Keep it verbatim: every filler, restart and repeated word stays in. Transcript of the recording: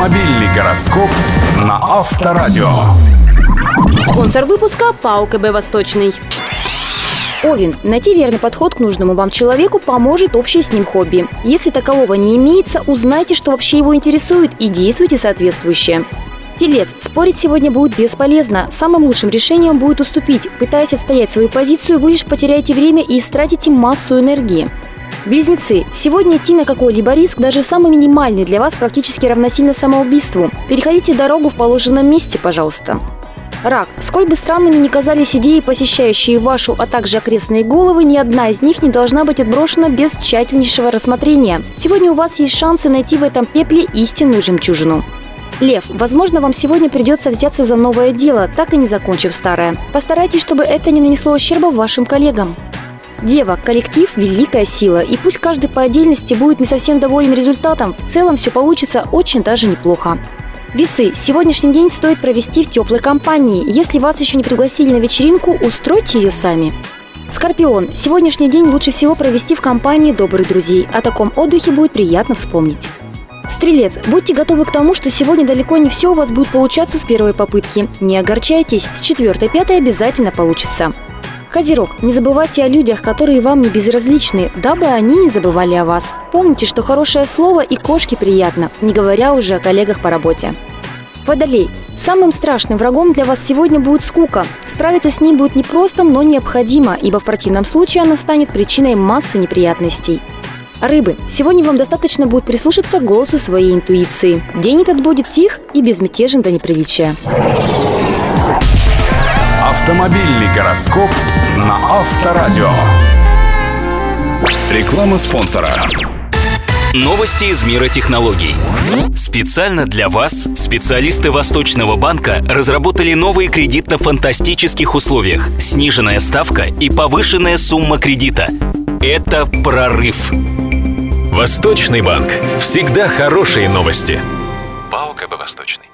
Автомобильный гороскоп на Авторадио. Спонсор выпуска ПАО КБ «Восточный». Овен. Найти верный подход к нужному вам человеку поможет общее с ним хобби. Если такового не имеется, узнайте, что вообще его интересует, и действуйте соответствующе. Телец. Спорить сегодня будет бесполезно. Самым лучшим решением будет уступить. Пытаясь отстоять свою позицию, вы лишь потеряете время и истратите массу энергии. Близнецы. Сегодня идти на какой-либо риск, даже самый минимальный, для вас практически равносильно самоубийству. Переходите дорогу в положенном месте, пожалуйста. Рак. Сколь бы странными ни казались идеи, посещающие вашу, а также окрестные головы, ни одна из них не должна быть отброшена без тщательнейшего рассмотрения. Сегодня у вас есть шансы найти в этом пепле истинную жемчужину. Лев. Возможно, вам сегодня придется взяться за новое дело, так и не закончив старое. Постарайтесь, чтобы это не нанесло ущерба вашим коллегам. Дева. Коллектив – великая сила, и пусть каждый по отдельности будет не совсем доволен результатом, в целом все получится очень даже неплохо. Весы. Сегодняшний день стоит провести в теплой компании. Если вас еще не пригласили на вечеринку, устройте ее сами. Скорпион. Сегодняшний день лучше всего провести в компании добрых друзей. О таком отдыхе будет приятно вспомнить. Стрелец. Будьте готовы к тому, что сегодня далеко не все у вас будет получаться с первой попытки. Не огорчайтесь, с четвертой-пятой обязательно получится. Козерог. Не забывайте о людях, которые вам не безразличны, дабы они не забывали о вас. Помните, что хорошее слово и кошке приятно, не говоря уже о коллегах по работе. Водолей. Самым страшным врагом для вас сегодня будет скука. Справиться с ней будет непросто, но необходимо, ибо в противном случае она станет причиной массы неприятностей. Рыбы. Сегодня вам достаточно будет прислушаться к голосу своей интуиции. День этот будет тих и безмятежен до неприличия. Автомобильный гороскоп на Авторадио. Реклама спонсора. Новости из мира технологий. Специально для вас специалисты Восточного банка разработали новые кредит на фантастических условиях. Сниженная ставка и повышенная сумма кредита. Это прорыв. Восточный банк. Всегда хорошие новости. ПАО КБ «Восточный».